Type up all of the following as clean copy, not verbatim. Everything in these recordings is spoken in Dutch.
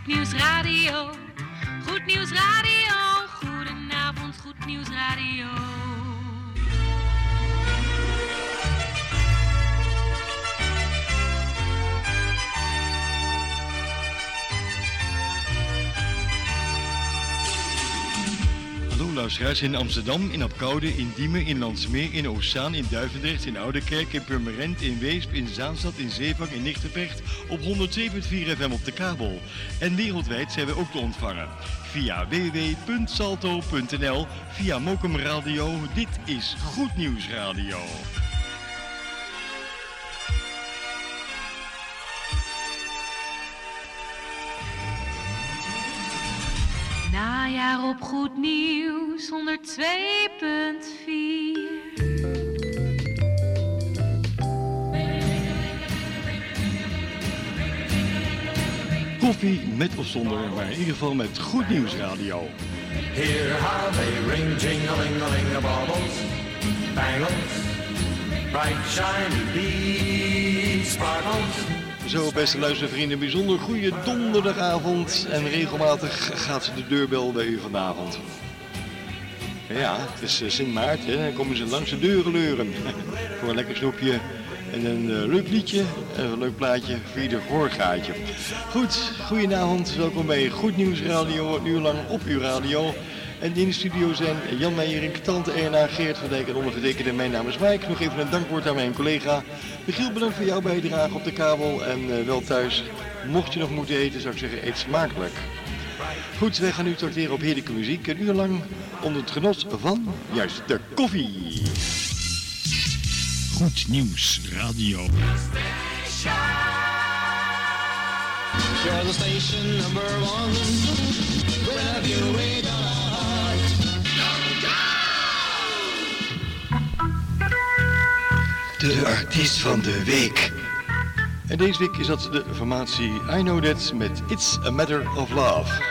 Goed Nieuws Radio. Goed Nieuws Radio. Goedenavond, Goed Nieuws Radio. Hallo luisteraars in Amsterdam, in Apkoude, in Diemen, in Landsmeer, in Oostzaan, in Duivendrecht, in Oudekerk, in Purmerend, in Weesp, in Zaanstad, in Zeevang, in Nigtevecht op 102.4 FM op de kabel. En wereldwijd zijn we ook te ontvangen via www.salto.nl, via Mokum Radio. Dit is Goed Nieuws Radio. Najaar op Goed Nieuws 102.4. Koffie met of zonder, maar in ieder geval met Goed Nieuws Radio. Hear how they ring, jing-a-ling-a-ling, the baubles, bangles, bright shiny beads, sparkles. Zo, beste luistervrienden, bijzonder goede donderdagavond en regelmatig gaat de deurbel bij u vanavond. Ja, het is Sint Maarten, dan komen ze langs de deuren leuren. Voor een lekker snoepje en een leuk liedje en een leuk plaatje voor ieder hoorgaatje. Goed, goedenavond, welkom bij Goed Nieuws Radio, een uur lang op uw radio. En in de studio zijn Jan Meijering, Tante Erna, Geert van Dijk en ondergetekende. Mijn naam is Mike. Nog even een dankwoord aan mijn collega. Michiel, bedankt voor jouw bijdrage op de kabel en wel thuis. Mocht je nog moeten eten, zou ik zeggen, eet smakelijk. Goed, wij gaan nu tracteren op heerlijke muziek. Een uur lang onder het genot van, juist, de koffie. Goed Nieuws Radio. You're the station number one. Wherever you wait on our heart. De artiest van de week. En deze week is dat de formatie I Know That met It's a Matter of Love.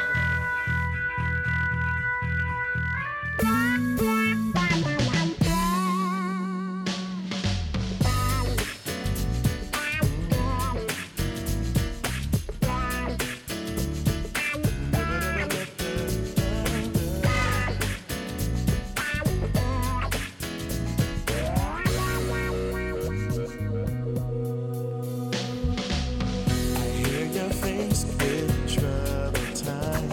Your face with troubled time.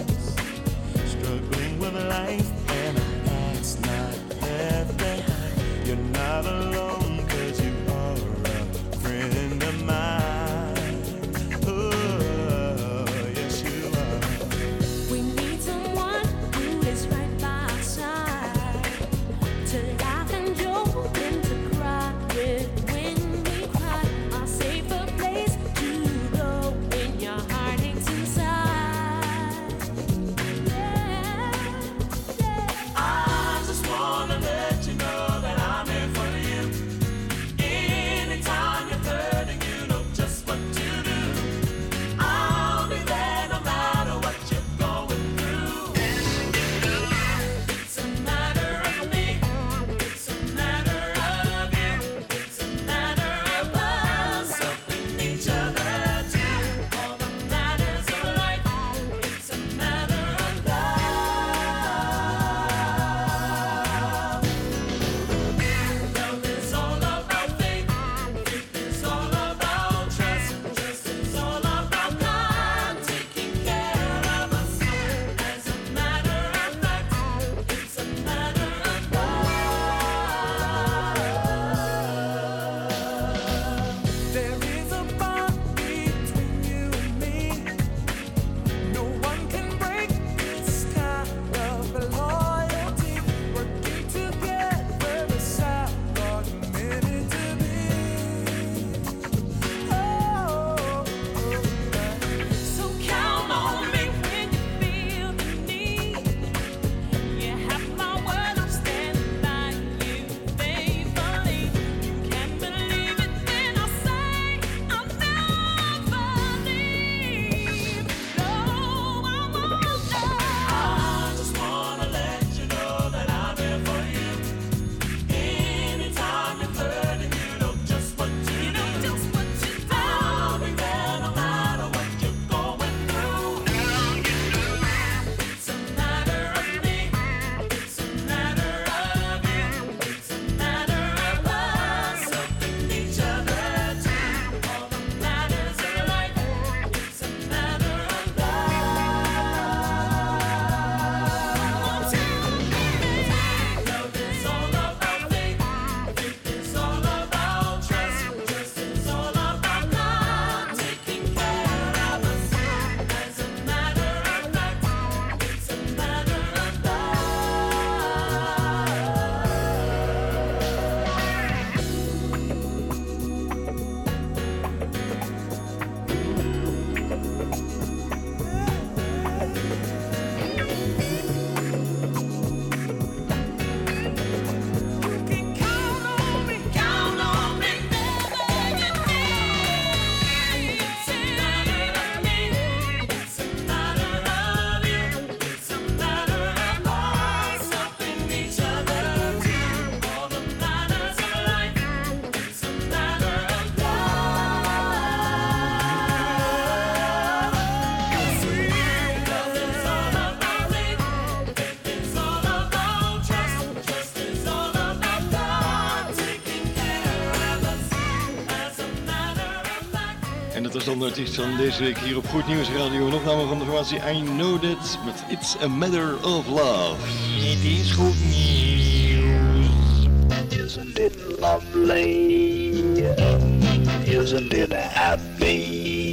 En dat was dan de artiest van deze week hier op Goed Nieuws Radio. Een opname van de formatie I Know That met It's a Matter of Love. Het is goed nieuws. Isn't it lovely? Isn't it happy?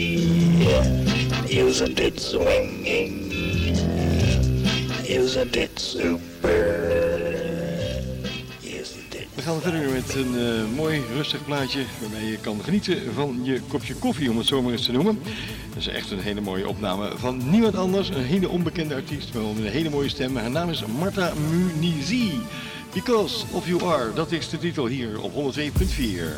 Isn't it swinging? Isn't it super? We gaan verder met een mooi rustig plaatje waarbij je kan genieten van je kopje koffie, om het zo maar eens te noemen. Dat is echt een hele mooie opname van niemand anders, een hele onbekende artiest, maar met een hele mooie stem. Haar naam is Marta Munizi. Because of You Are, dat is de titel hier op 102.4.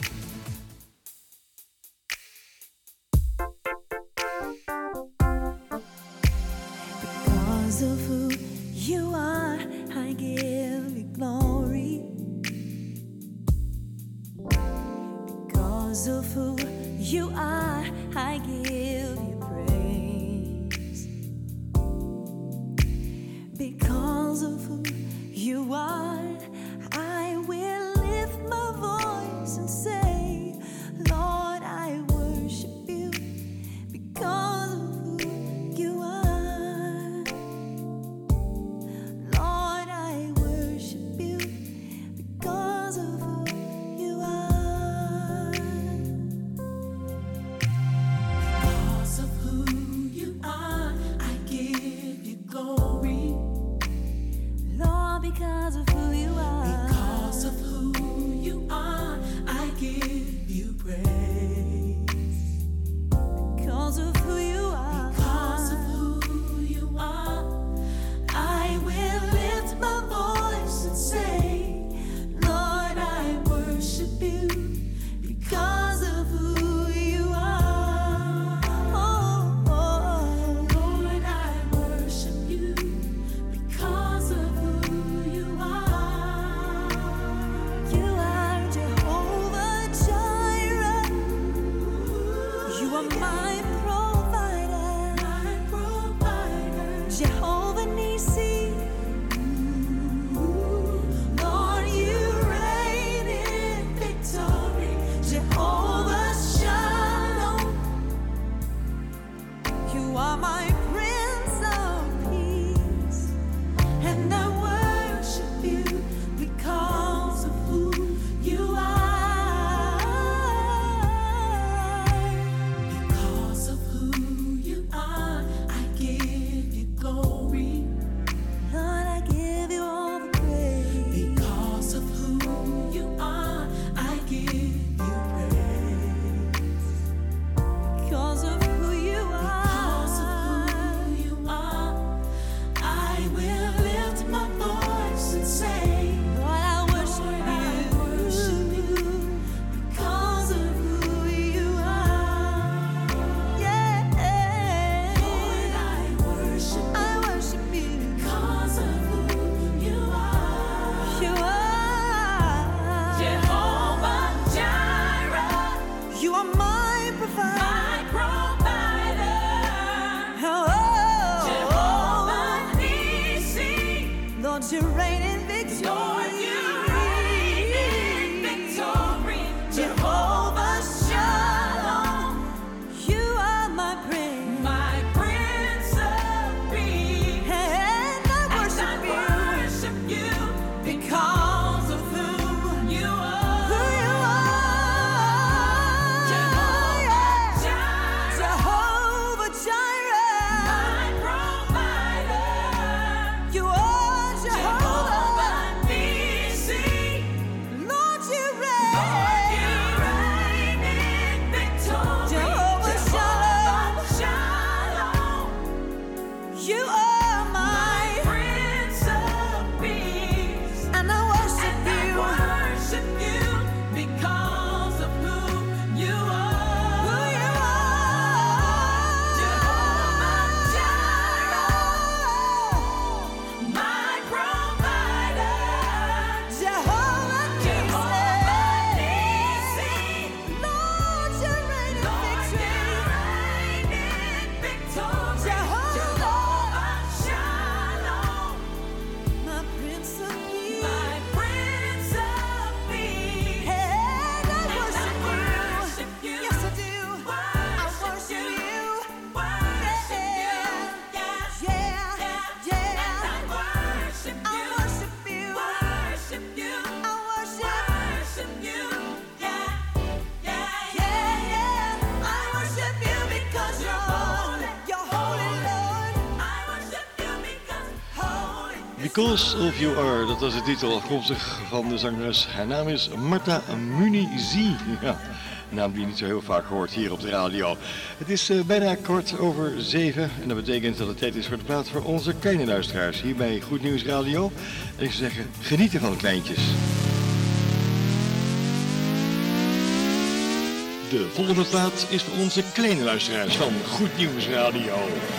Of who you are, I give you praise. Because of who you are, I will lift my voice and say, Lord, I worship you. Because of who you are, Lord, I worship you. Because of who you are. Because of who you are. Because of who you are, I give you praise. Because of who you are. Because of who you are, I will lift my voice and say, Lord, I worship you. Because of who you are. Oh, oh, Lord, I worship you. Because of my provider, Jehovah Nissi. Lord, you reign in victory, Jehovah Shalom. You are my Prince of Peace, and I worship you because of who you are. Because of who you are. Because of You Are, dat was de titel afkomstig van de zangeres. Haar naam is Marta Munizi. Ja, een naam die je niet zo heel vaak hoort hier op de radio. Het is bijna 7:15 en dat betekent dat het tijd is voor de plaats voor onze kleine luisteraars hier bij Goed Nieuws Radio. En ik zou zeggen, genieten van de kleintjes. De volgende plaat is voor onze kleine luisteraars van Goed Nieuws Radio.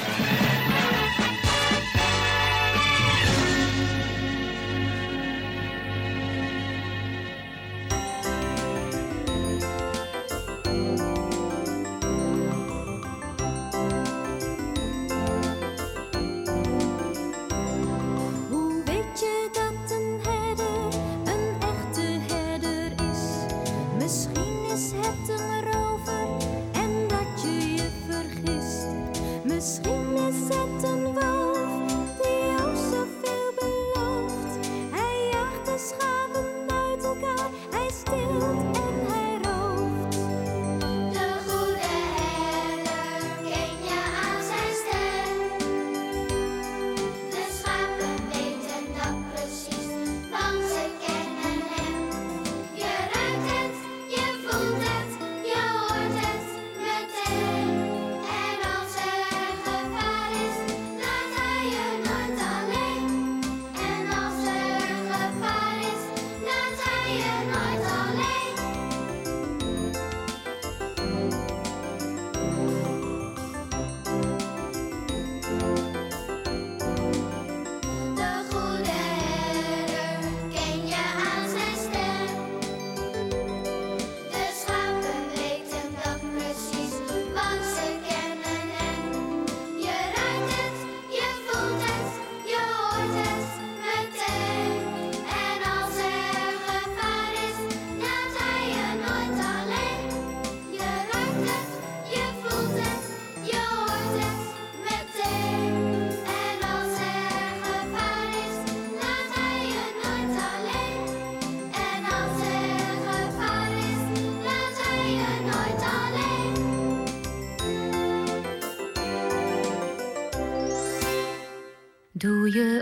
Doe je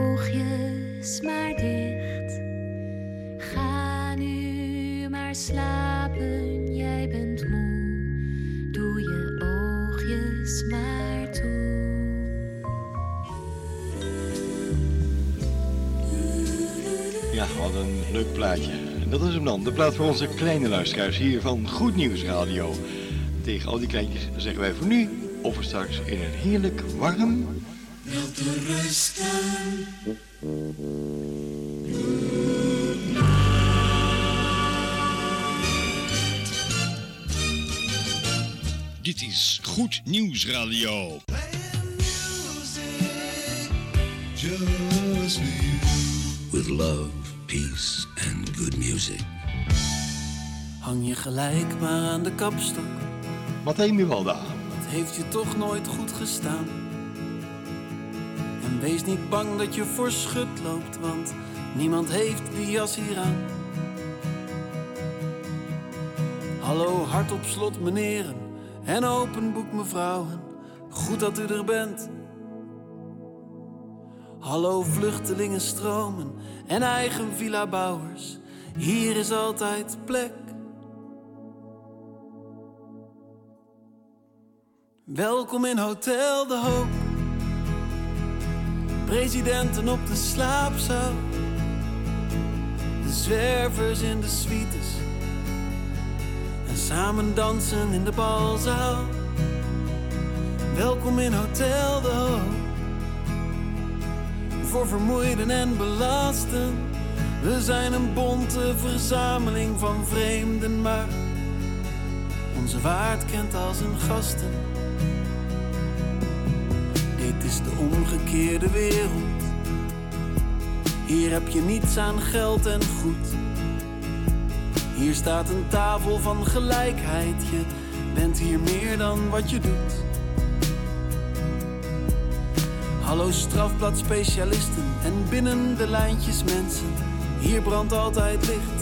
oogjes maar dicht. Ga nu maar slapen, jij bent moe. Doe je oogjes maar toe. Ja, wat een leuk plaatje. En dat is hem dan, de plaat voor onze kleine luisteraars hier van Goed Nieuws Radio. Tegen al die kleintjes zeggen wij voor nu, of we straks in een heerlijk warm... Wel te rusten. Dit is Goed Nieuws Radio. Just for you. With love, peace and good music. Hang je gelijk maar aan de kapstok. Matthijs Miwalda. Het heeft je toch nooit goed gestaan. En wees niet bang dat je voor schut loopt, want niemand heeft die jas hier aan. Hallo, hart op slot meneren en open boek mevrouwen. Goed dat u er bent. Hallo, vluchtelingen stromen en eigen villa bouwers. Hier is altijd plek. Welkom in Hotel de Hoop. Presidenten op de slaapzaal. De zwervers in de suites. En samen dansen in de balzaal. Welkom in Hotel de Hoop. Voor vermoeiden en belasten. We zijn een bonte verzameling van vreemden, maar onze waard kent al zijn gasten. Dit is de omgekeerde wereld. Hier heb je niets aan geld en goed. Hier staat een tafel van gelijkheid. Je bent hier meer dan wat je doet. Hallo strafbladspecialisten en binnen de lijntjes mensen. Hier brandt altijd licht.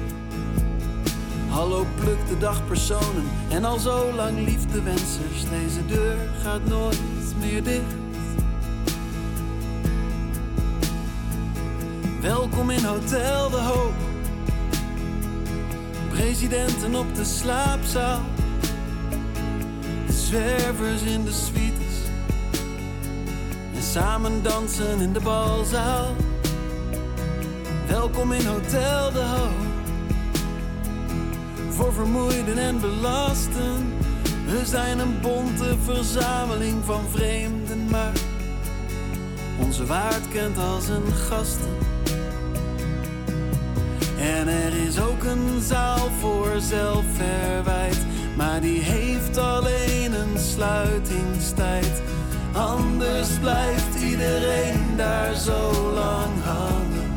Hallo pluk de dagpersonen en al zo lang liefdewensers. Deze deur gaat nooit meer dicht. Welkom in Hotel De Hoop. Presidenten op de slaapzaal. De zwervers in de suites. En samen dansen in de balzaal. Welkom in Hotel De Hoop. Voor vermoeiden en belasten. We zijn een bonte verzameling van vreemden, maar onze waard kent als een gasten. En er is ook een zaal voor zelfverwijt, maar die heeft alleen een sluitingstijd. Anders blijft iedereen daar zo lang hangen.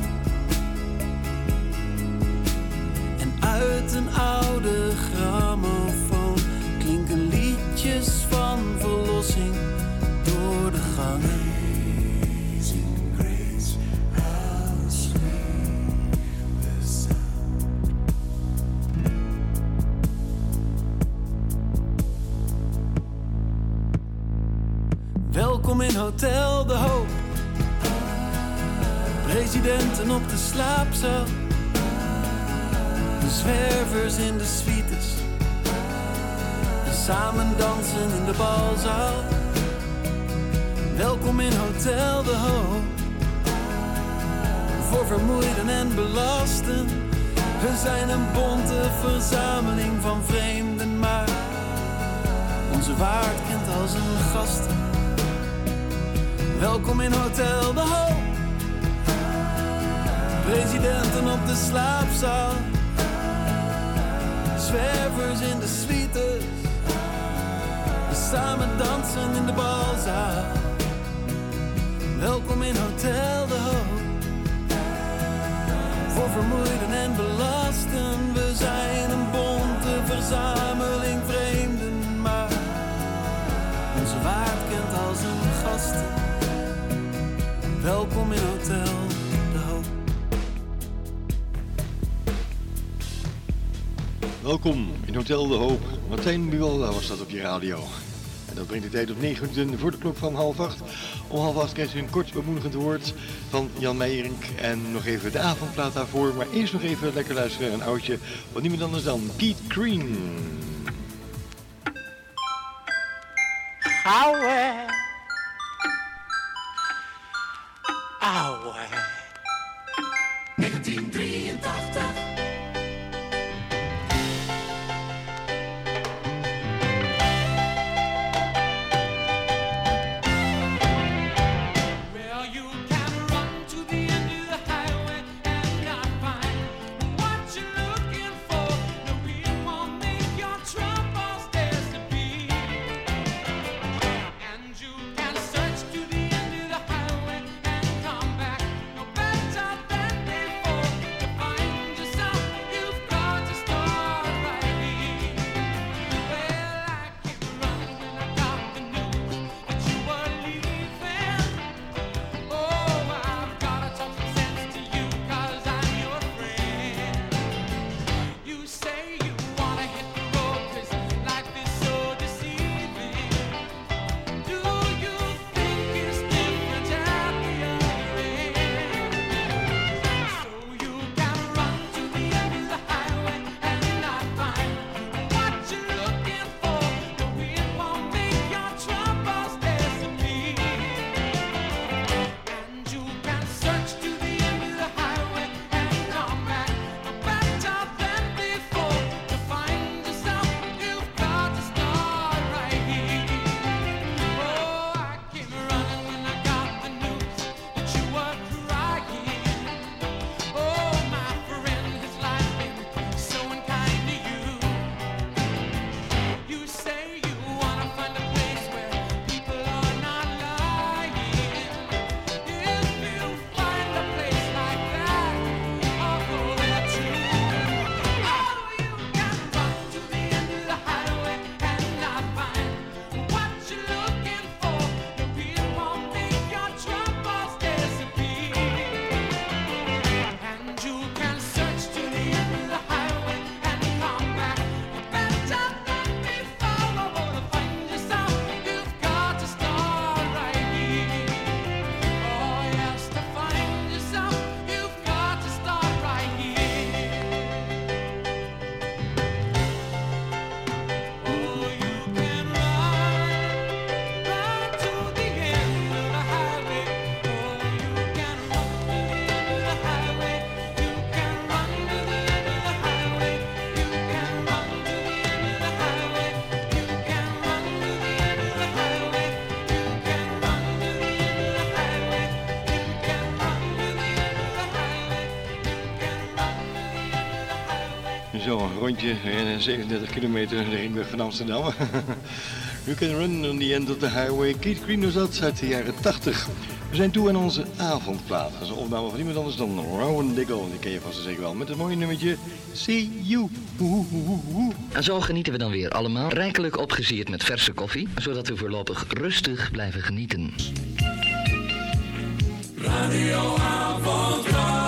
En uit een oude grammofoon klinken liedjes van verlossing door de gangen. Welkom in Hotel De Hoop. Presidenten op de slaapzaal. De zwervers in de suites. En samen dansen in de balzaal. Welkom in Hotel De Hoop. Voor vermoeiden en belasten. We zijn een bonte verzameling van vreemden, maar onze waard kent als een gasten. Welkom in Hotel De Hoop. Presidenten op de slaapzaal. Zwervers in de suites. Samen dansen in de balzaal. Welkom in Hotel De Hoop. Voor vermoeiden en belasten. We zijn een bonte verzameling vreemden, maar onze waard kent als een gasten. Welkom in Hotel De Hoop. Welkom in Hotel De Hoop. Martijn Buwalda was dat op je radio. En dat brengt de tijd op 9 minuten voor de klok van 7:30. Om 7:30 krijgt u een kort bemoedigend woord van Jan Meijerink. En nog even de avondplaat daarvoor. Maar eerst nog even lekker luisteren een oudje van niemand anders dan Keith Green. Auwe. Auwe. 1983. And you Zo, een rondje, 37 kilometer de ringweg van Amsterdam. You can run on the end of the highway. Keith Green was dat uit de jaren 80. We zijn toe aan onze avondplaat. Dat is een opname van niemand anders dan Rowan Diggle. Die ken je vast zeker wel. Met het mooie nummertje See You. En zo genieten we dan weer allemaal rijkelijk opgesierd met verse koffie, zodat we voorlopig rustig blijven genieten. Radio Avondklok.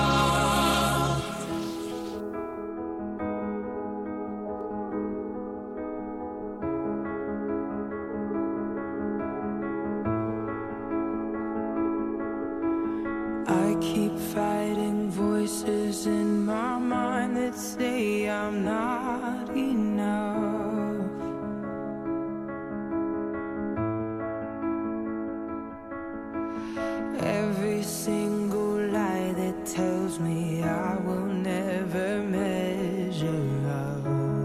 I keep fighting voices in my mind that say I'm not enough. Every single lie that tells me I will never measure up.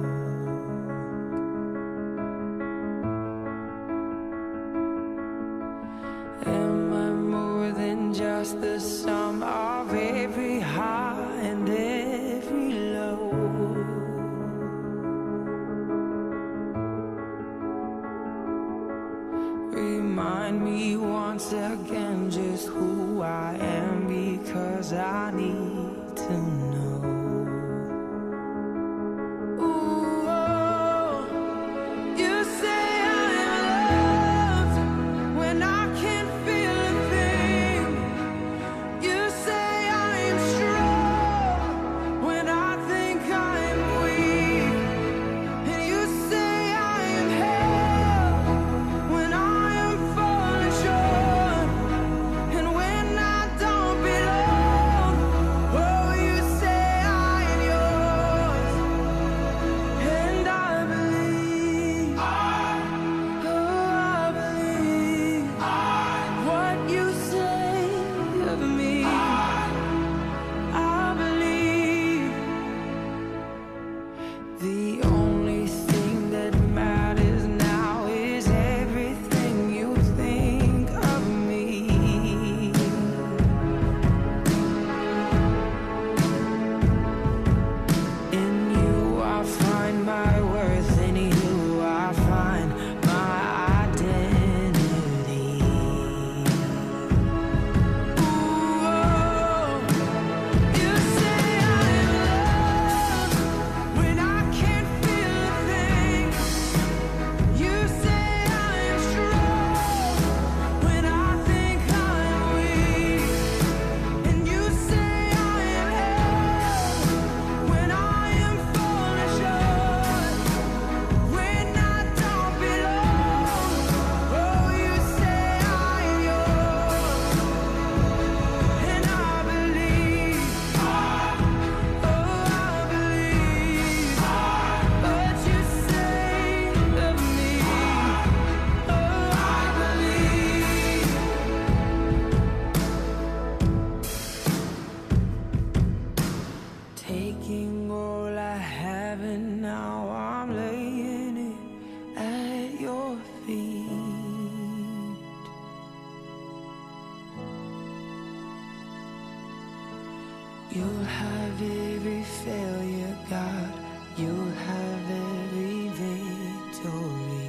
Am I more than just the sum of every high and every low? Remind me once again just who I am, because I need to know. Ooh, oh, you say I'm loved when I can't feel a thing. You say I'm strong when I think I'm weak. And you say I'm held when I am falling short. And when I don't belong, oh, you say I'm yours. And I believe, oh, I believe what you say of me. I believe the only thing that matters now is everything you think of me. In you I find my worth, in you I find my identity. Ooh, oh, you say I'm loved when I can't feel a thing. You say I'm strong when I think I'm weak. And you say I am held when I am falling short. When I don't belong, oh, you say I'm yours. And I believe, oh, I believe what you say of me. Oh, I believe. Taking all I have and now I'm laying it at your feet. You'll have every failure, God. You'll have every victory.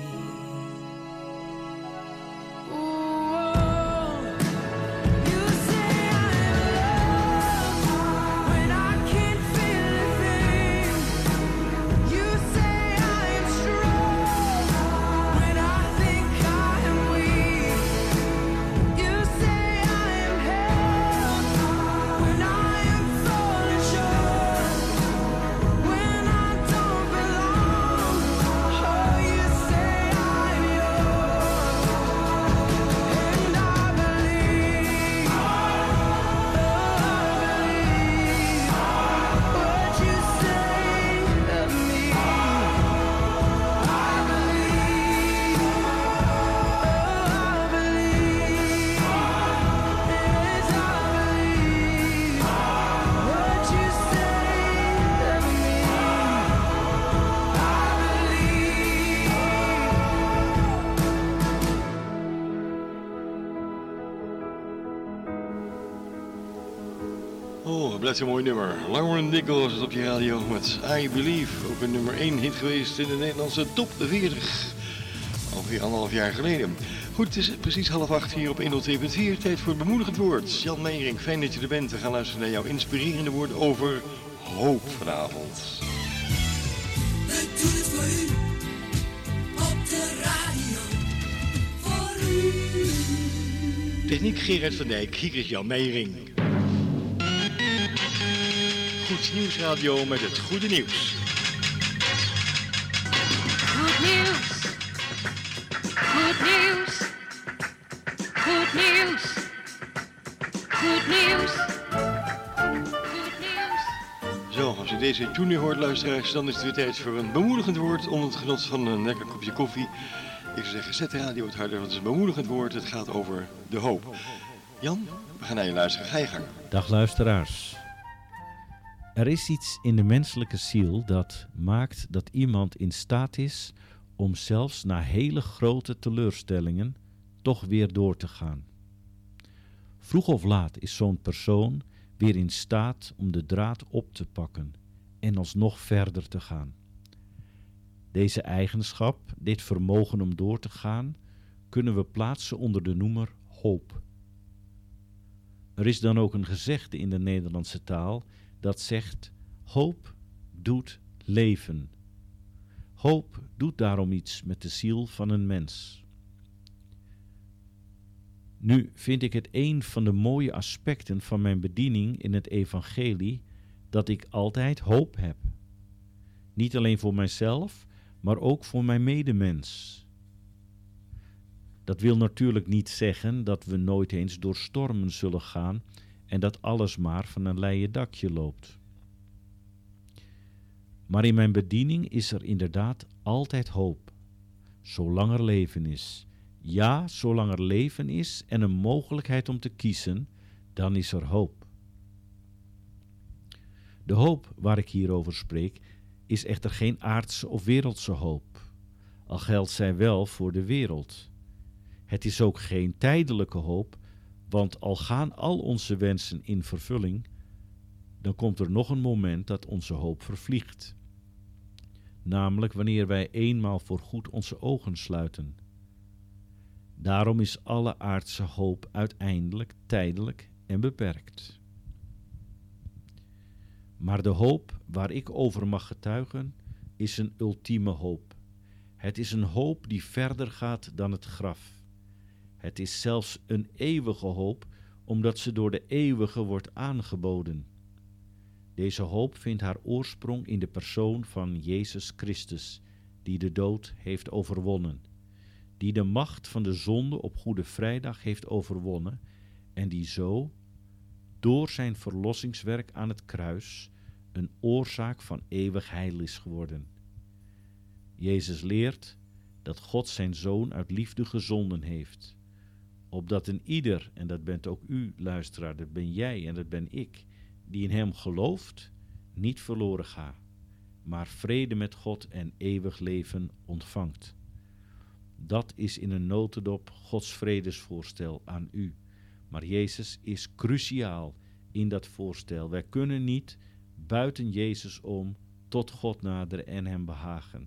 Ooh, you say I'm loved when I can't feel a thing. You say I'm strong when I think I'm weak. You say I'm held when I am falling short. When I don't belong, oh, you blijft een mooi nummer. Lauren Dickel was het op je radio met I Believe. Ook een nummer 1 hit geweest in de Nederlandse top 40. Ongeveer 1,5 jaar geleden. Goed, het is precies 7:30 hier op 102.4. Tijd voor het bemoedigend woord. Jan Meijering, fijn dat je er bent. We gaan luisteren naar jouw inspirerende woord over hoop vanavond. We doen het voor u. Op de radio. Voor u. Techniek Gerard van Dijk, hier is Jan Meijering. Goed Nieuwsradio met het goede nieuws. Goed nieuws. Goed nieuws. Goed nieuws. Goed nieuws. Goed nieuws. Zo, als u deze tune hoort, luisteraars, dan is het weer tijd voor een bemoedigend woord onder het genot van een lekker kopje koffie. Ik zou zeggen, zet de radio wat harder, want het is een bemoedigend woord. Het gaat over de hoop. Jan, we gaan naar je luisteren. Ga je gang. Dag luisteraars. Er is iets in de menselijke ziel dat maakt dat iemand in staat is om zelfs na hele grote teleurstellingen toch weer door te gaan. Vroeg of laat is zo'n persoon weer in staat om de draad op te pakken en alsnog verder te gaan. Deze eigenschap, dit vermogen om door te gaan, kunnen we plaatsen onder de noemer hoop. Er is dan ook een gezegde in de Nederlandse taal dat zegt: hoop doet leven. Hoop doet daarom iets met de ziel van een mens. Nu vind ik het een van de mooie aspecten van mijn bediening in het evangelie dat ik altijd hoop heb. Niet alleen voor mijzelf, maar ook voor mijn medemens. Dat wil natuurlijk niet zeggen dat we nooit eens door stormen zullen gaan en dat alles maar van een leien dakje loopt. Maar in mijn bediening is er inderdaad altijd hoop, zolang er leven is. Ja, zolang er leven is en een mogelijkheid om te kiezen, dan is er hoop. De hoop waar ik hier over spreek is echter geen aardse of wereldse hoop, al geldt zij wel voor de wereld. Het is ook geen tijdelijke hoop, want al gaan al onze wensen in vervulling, dan komt er nog een moment dat onze hoop vervliegt. Namelijk wanneer wij eenmaal voorgoed onze ogen sluiten. Daarom is alle aardse hoop uiteindelijk tijdelijk en beperkt. Maar de hoop waar ik over mag getuigen is een ultieme hoop. Het is een hoop die verder gaat dan het graf. Het is zelfs een eeuwige hoop, omdat ze door de eeuwige wordt aangeboden. Deze hoop vindt haar oorsprong in de persoon van Jezus Christus, die de dood heeft overwonnen, die de macht van de zonde op Goede Vrijdag heeft overwonnen en die zo, door zijn verlossingswerk aan het kruis, een oorzaak van eeuwig heil is geworden. Jezus leert dat God zijn Zoon uit liefde gezonden heeft, opdat een ieder, en dat bent ook u, luisteraar, dat ben jij en dat ben ik, die in hem gelooft, niet verloren gaat, maar vrede met God en eeuwig leven ontvangt. Dat is in een notendop Gods vredesvoorstel aan u. Maar Jezus is cruciaal in dat voorstel. Wij kunnen niet buiten Jezus om tot God naderen en hem behagen.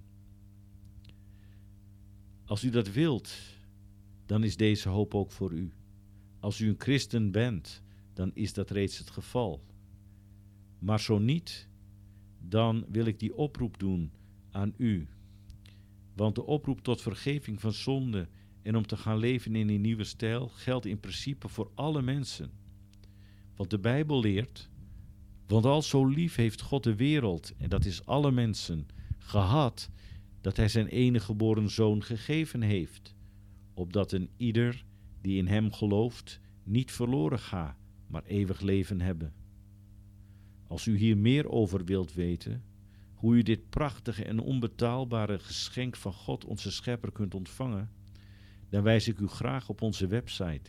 Als u dat wilt, dan is deze hoop ook voor u. Als u een christen bent, dan is dat reeds het geval. Maar zo niet, dan wil ik die oproep doen aan u. Want de oproep tot vergeving van zonde en om te gaan leven in een nieuwe stijl geldt in principe voor alle mensen. Want de Bijbel leert, want al zo lief heeft God de wereld, en dat is alle mensen, gehad, dat hij zijn enige geboren zoon gegeven heeft, opdat een ieder die in hem gelooft niet verloren gaat, maar eeuwig leven hebben. Als u hier meer over wilt weten, hoe u dit prachtige en onbetaalbare geschenk van God onze Schepper kunt ontvangen, dan wijs ik u graag op onze website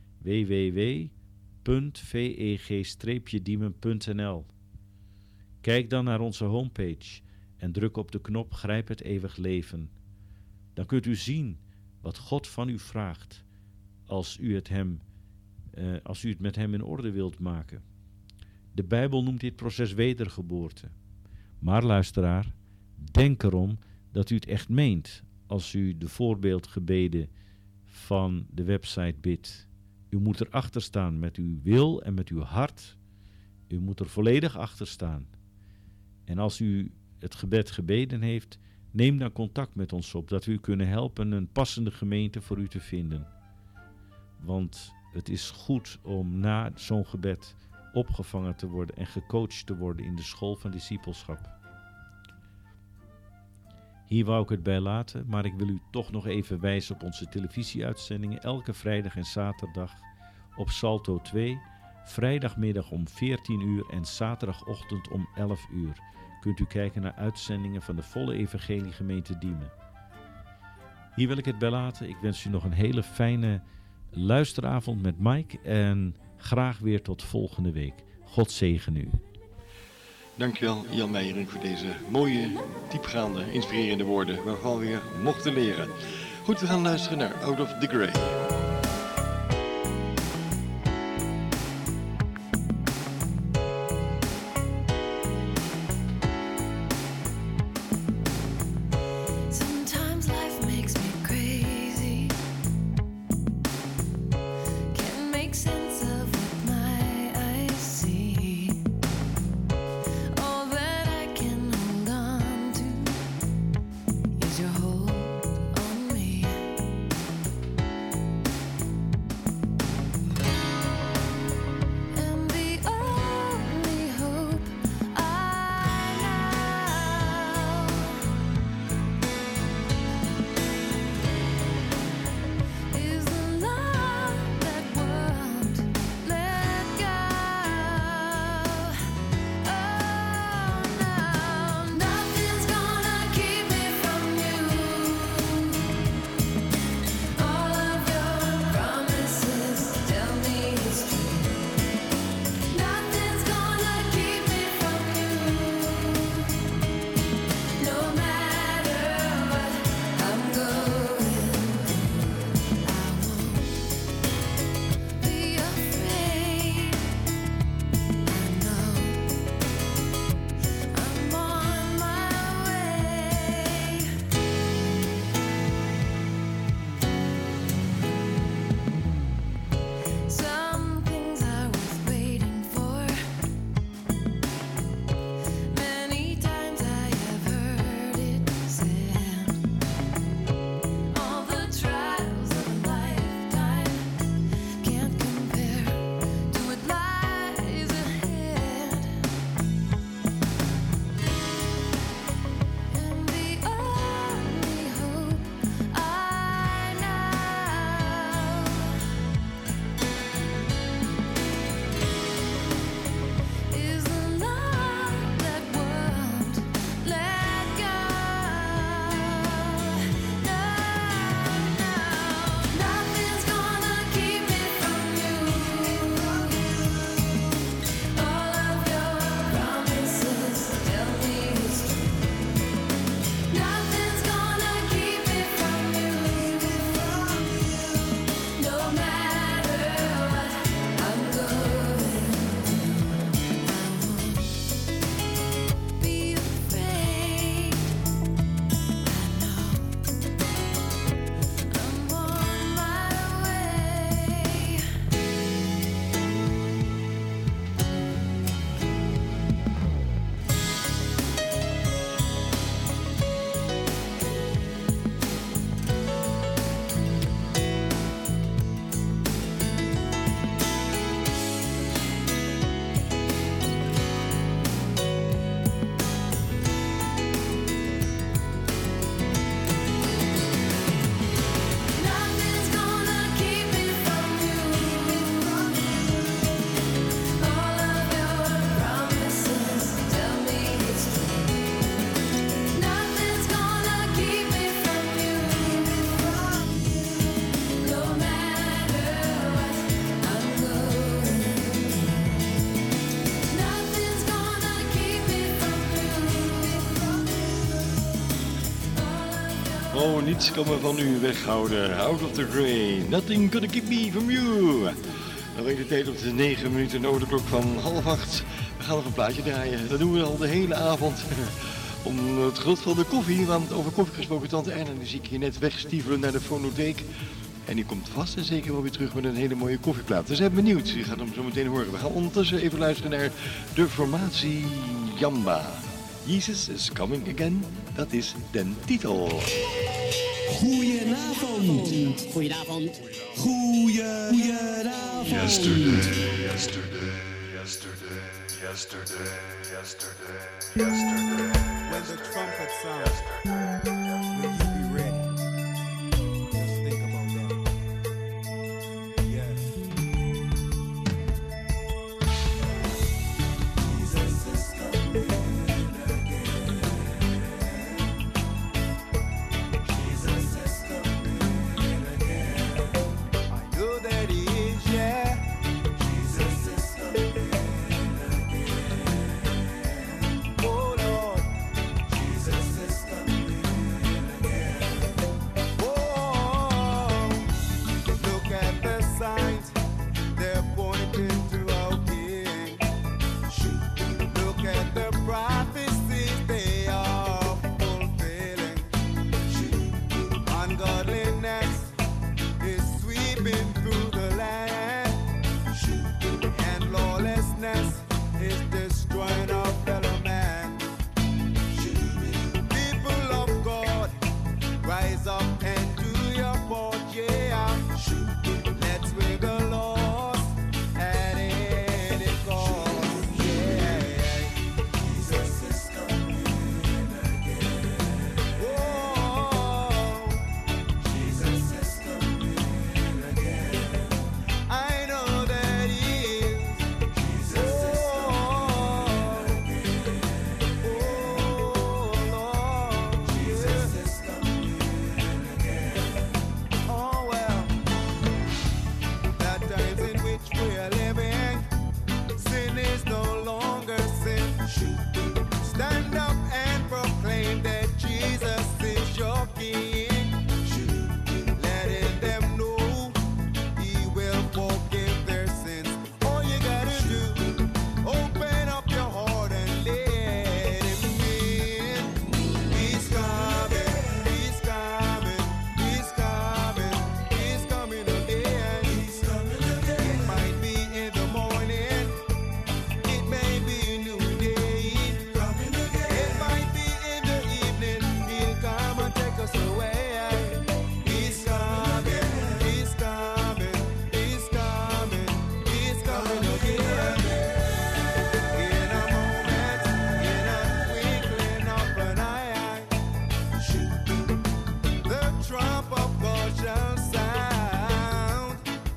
www.veg-diemen.nl. Kijk dan naar onze homepage en druk op de knop Grijp het eeuwig leven. Dan kunt u zien wat God van u vraagt als u het met hem in orde wilt maken. De Bijbel noemt dit proces wedergeboorte. Maar luisteraar, denk erom dat u het echt meent als u de voorbeeldgebeden van de website bidt. U moet erachter staan met uw wil en met uw hart. U moet er volledig achter staan. En als u het gebed gebeden heeft, neem dan contact met ons op, dat we u kunnen helpen een passende gemeente voor u te vinden. Want het is goed om na zo'n gebed opgevangen te worden en gecoacht te worden in de school van discipelschap. Hier wou ik het bij laten, maar ik wil u toch nog even wijzen op onze televisieuitzendingen elke vrijdag en zaterdag op Salto 2, vrijdagmiddag om 14 uur en zaterdagochtend om 11 uur. Kunt u kijken naar uitzendingen van de volle evangeliegemeente Diemen. Hier wil ik het bij laten. Ik wens u nog een hele fijne luisteravond met Mike en graag weer tot volgende week. God zegen u. Dankjewel Jan Meijering voor deze mooie, diepgaande, inspirerende woorden waarvan we weer mochten leren. Goed, we gaan luisteren naar Out of the Grey. Oh, niets kan me van u weghouden. Out of the Grey. Nothing gonna keep me from you. Dan weet de tijd op de 9 minuten over de klok van 7:30. We gaan nog een plaatje draaien. Dat doen we al de hele avond. Om het genot van de koffie, want over koffie gesproken, tante Erna, die zie ik hier net wegstiefelen naar de fonotheek. En die komt vast en zeker wel weer terug met een hele mooie koffieplaat. Dus ben benieuwd, je gaat hem zo meteen horen. We gaan ondertussen even luisteren naar de formatie Jamba. Jesus is coming again, dat is de titel. Goedenavond. Goedenavond. Goedenavond. Yesterday. When the trumpet sounds, will you be ready? Just think about that. Yeah. Jesus is coming again. Jesus is coming again. I know that he is, yeah. Jesus is coming again. Oh Lord, Jesus is coming again. Oh, look at the signs, they're pointing to our King. Look at the prophecies, they are fulfilling. Ungodliness is sweeping through the land, and lawlessness is destroying our fellow man. People of God, rise up and do your part, yeah. Let's win the lost at any cost, yeah. Jesus is coming again. Oh, Jesus is coming again. I know that he is. Jesus is coming again. Oh Lord, Jesus is coming again. Oh well, the times in which we are living, sin is no longer sin. Stand up and proclaim that Jesus is your King. Letting them know he will forgive their sins. All you gotta do, open up your heart and let him in. He's coming, he's coming, he's coming, he's coming again. He's coming again. It might be in the morning, it may be noonday. Coming again. It might be in the evening, he'll come and take us away. He's coming, he's coming, he's coming, he's coming again. In a moment, in a twinkling of an eye, the trump of God shall sound.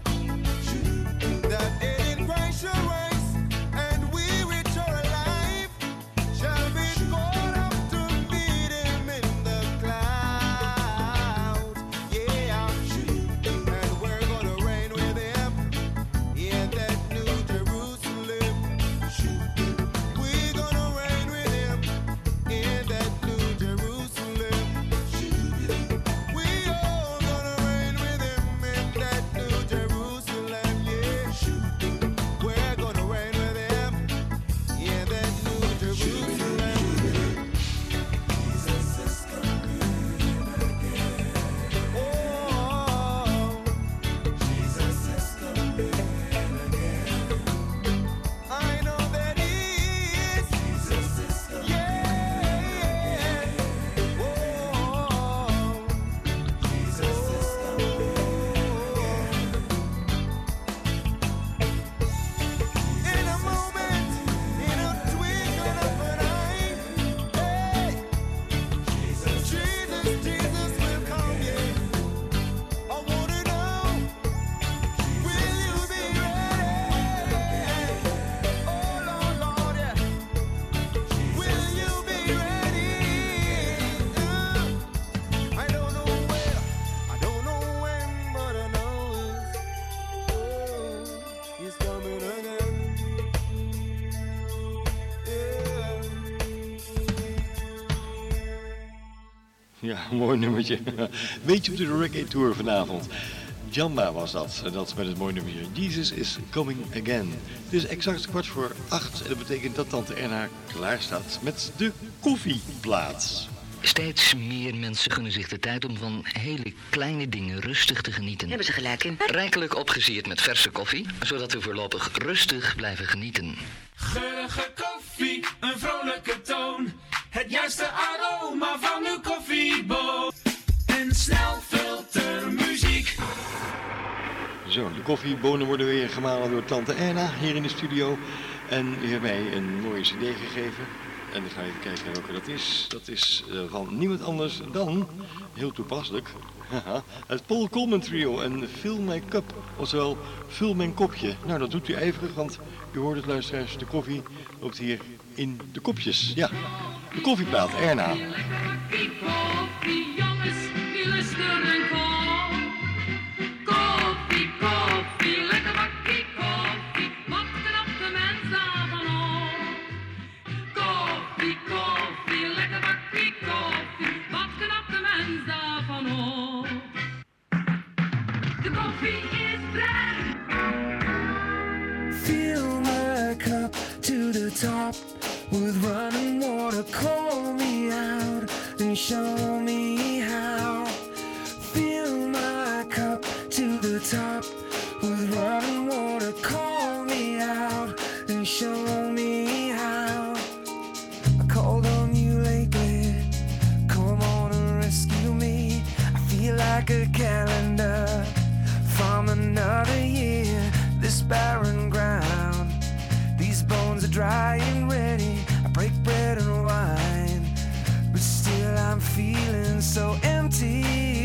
That in Christ shall rise, and we which are alive shall be caught up to meet him in the clouds. Yeah, and we're gonna reign with him in that new Jerusalem. We're gonna reign with him in that new Jerusalem. We all gonna reign with him in that new Jerusalem. Yeah, we're gonna reign with him in that new Jerusalem. Jesus is coming again. Oh, Jesus is coming again. I know that he is. Jesus is coming. Yeah. Oh, Jesus is coming again. In a moment, in a twinkling of an eye, hey, Jesus will come, yeah. I wanna know, will you be ready? Oh Lord, yeah. Will you be ready? I don't know where, I don't know when, but I know he's coming again. Yeah. Ja, mooi nummertje. Weet je op de Reggae Tour vanavond? Jamba was dat. En dat met het mooie nummer Jesus is Coming Again. Het is exact 8:15 en dat betekent dat tante Erna klaar staat met de koffieplaat. Steeds meer mensen gunnen zich de tijd om van hele kleine dingen rustig te genieten. Hebben ze gelijk in. Rijkelijk opgesierd met verse koffie, zodat we voorlopig rustig blijven genieten. Geurige koffie, een vrolijke toon. Het juiste aroma van uw koffieboon. En snelfiltermuziek. Zo, de koffiebonen worden weer gemalen door tante Erna hier in de studio. En die heeft mij een mooie cd gegeven. En dan ga je even kijken welke dat is. Dat is van niemand anders dan, heel toepasselijk, het Paul Coleman Trio en Fill My Cup. Oftewel, vul mijn kopje. Nou, dat doet u ijverig, want u hoort het, luisteraars, de koffie loopt hier in de kopjes. Ja, de koffieplaat, Erna. Koffie, jongens, die lusten en kom. Koffie, koffie, lekker bakkie koffie. Wat knapt de mens daarvan op? Koffie, koffie, lekker bakkie koffie. Wat knapt de mens daarvan op? De koffie is vrij. Fill my cup to the top with running water. Call me out and show me how. Fill my cup to the top with running water. Call me out and show me how. I called on you lately. Come on and rescue me. I feel like a calendar from another year. This barren ground, these bones are dry and ready. I break bread and wine, but still I'm feeling so empty.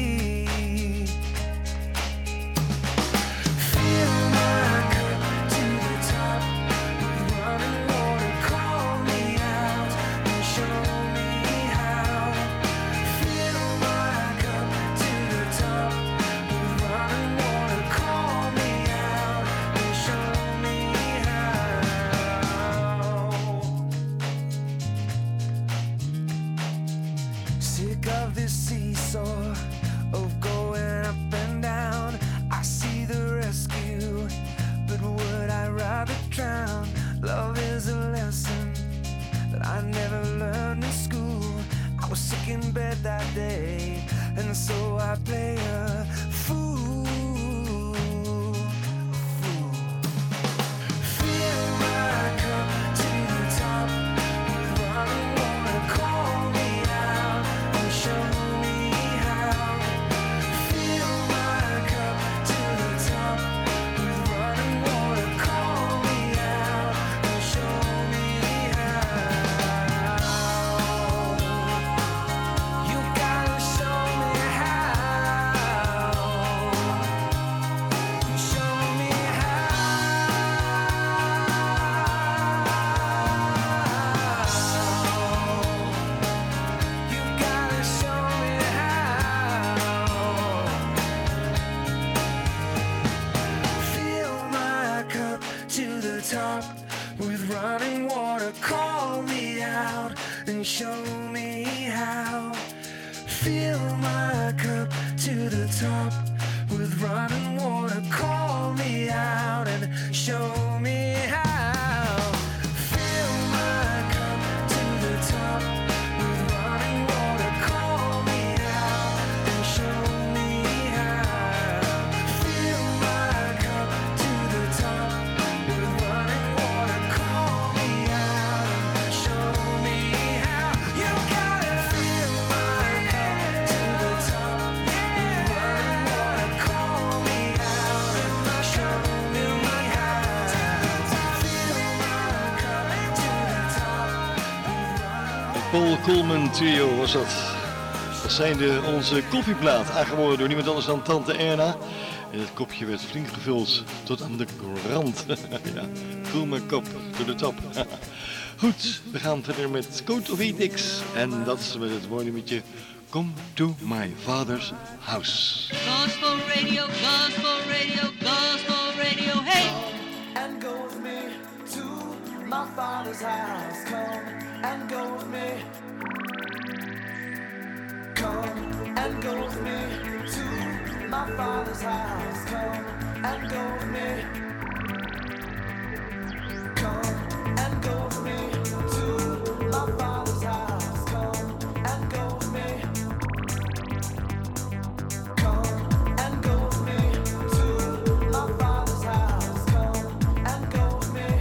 Fill my cup to the top with running water. Call me out and show me how. Fill my cup to the top with running water. Call me out and show me how. Sick of this seesaw of going up and down. I see the rescue, but would I rather drown? Love is a lesson that I never learned in school. I was sick in bed that day, and so I play a fool. Fill my cup to the top with running water. Call me out and show me how. Fill my cup to the top with running water. Call me out and show me how. You gotta show me how. Show me you gotta show me how. Fill my cup to the top with running water. Call me out and show me how. Fill my cup to the top with running water. Call me out and show me how. Fill my cup to the top with running water. Call me out and show me how. Fill my cup to the top with running water. Call me out and show me how. You gotta fill my cup to the top with running water. Call me out and show me how. Fill my cup to the top with running. Het Paul Coleman Trio was dat. Dat zijn onze koffieplaat, aangeboden door niemand anders dan tante Erna. En het kopje werd flink gevuld tot aan de rand. Ja, fill my cup to the top. Goed, we gaan verder met Code of Ethics. En dat is met het mooie nummertje Come to my father's house. Gospel radio, gospel radio, gospel radio, hey! And go with me to my father's house. Come and go with me. Come and go with me to my father's house. Come and go with me. Come and go with me to my father's house. Come and go with me. Come and go with me to my father's house. Come and go with me.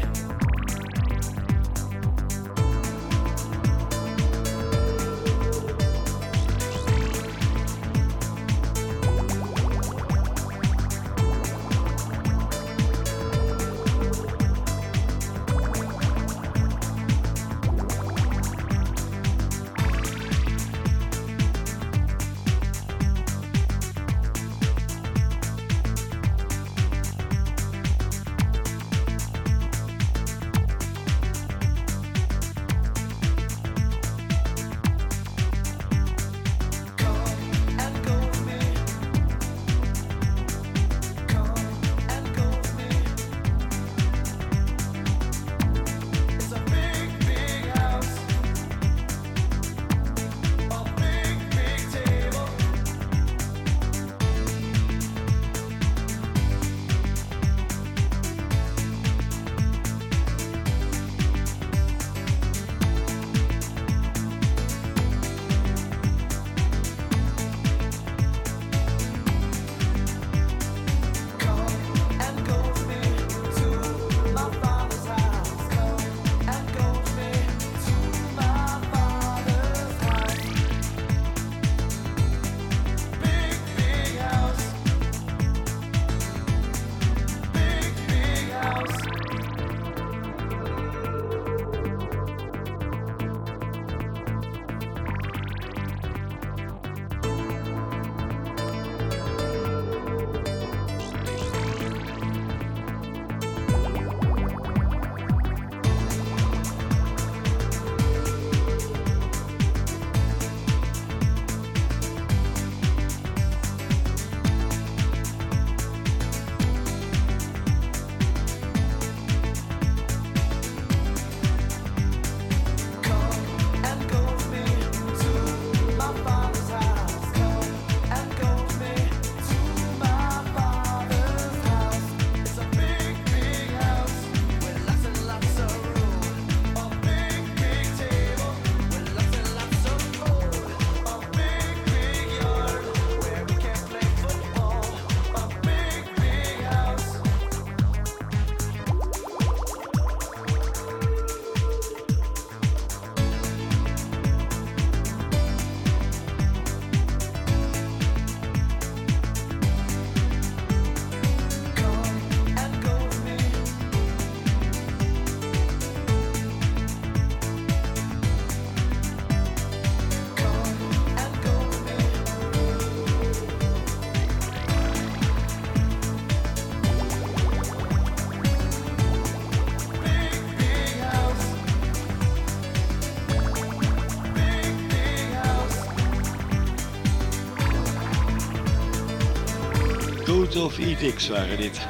Codes of Ethics waren dit.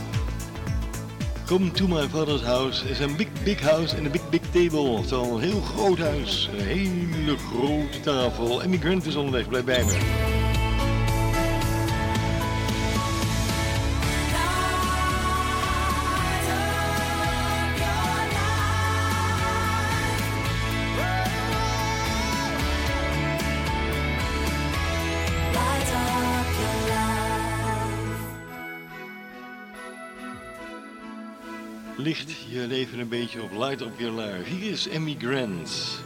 Come to my father's house is een big house en een big table. Het is al een heel groot huis. Een hele grote tafel. Emmy Grant is onderweg, blijf bij me. Licht je leven een beetje op, light up your life. Hier is Emmy Grant.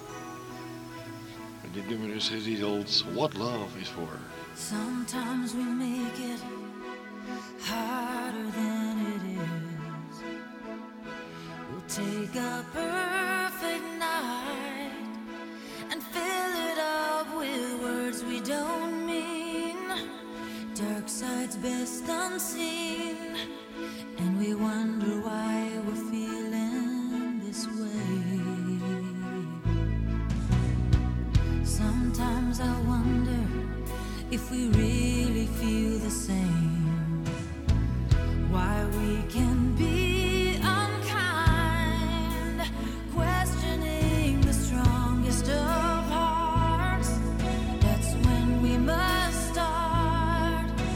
En dit nummer is getiteld What Love Is For. Sometimes we make it harder than it is. We'll take a perfect night and fill it up with words we don't mean. Dark sides best unseen. And we wonder why we're feeling this way. Sometimes I wonder if we really feel the same. Why we can be unkind, questioning the strongest of hearts. That's when we must start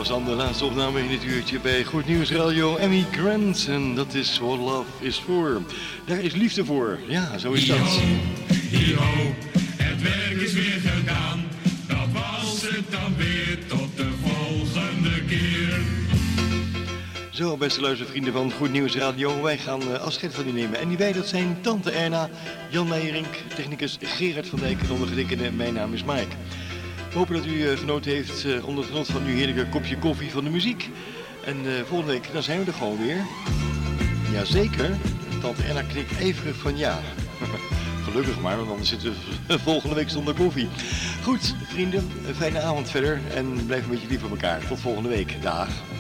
was aan de laatste opname in het uurtje bij Goed Nieuws Radio Emmy Grant. En dat is What Love Is For. Daar is liefde voor. Ja, zo is dat. Yo, het werk is weer gedaan. Dat was het dan weer. Tot de volgende keer. Zo, beste luistervrienden van Goed Nieuws Radio. Wij gaan afscheid van u nemen. En die wij, dat zijn Tante Erna, Jan Meijerink, technicus Gerard van Dijk en ondergetekende. Mijn naam is Mike. We hopen dat u genoten heeft onder het genot van uw heerlijke kopje koffie van de muziek. En volgende week, dan zijn we er gewoon weer. Jazeker. Tante Erna knikt ijverig van ja. Gelukkig maar, want anders zitten we volgende week zonder koffie. Goed, vrienden, een fijne avond verder. En blijf een beetje lief voor elkaar. Tot volgende week. Dag.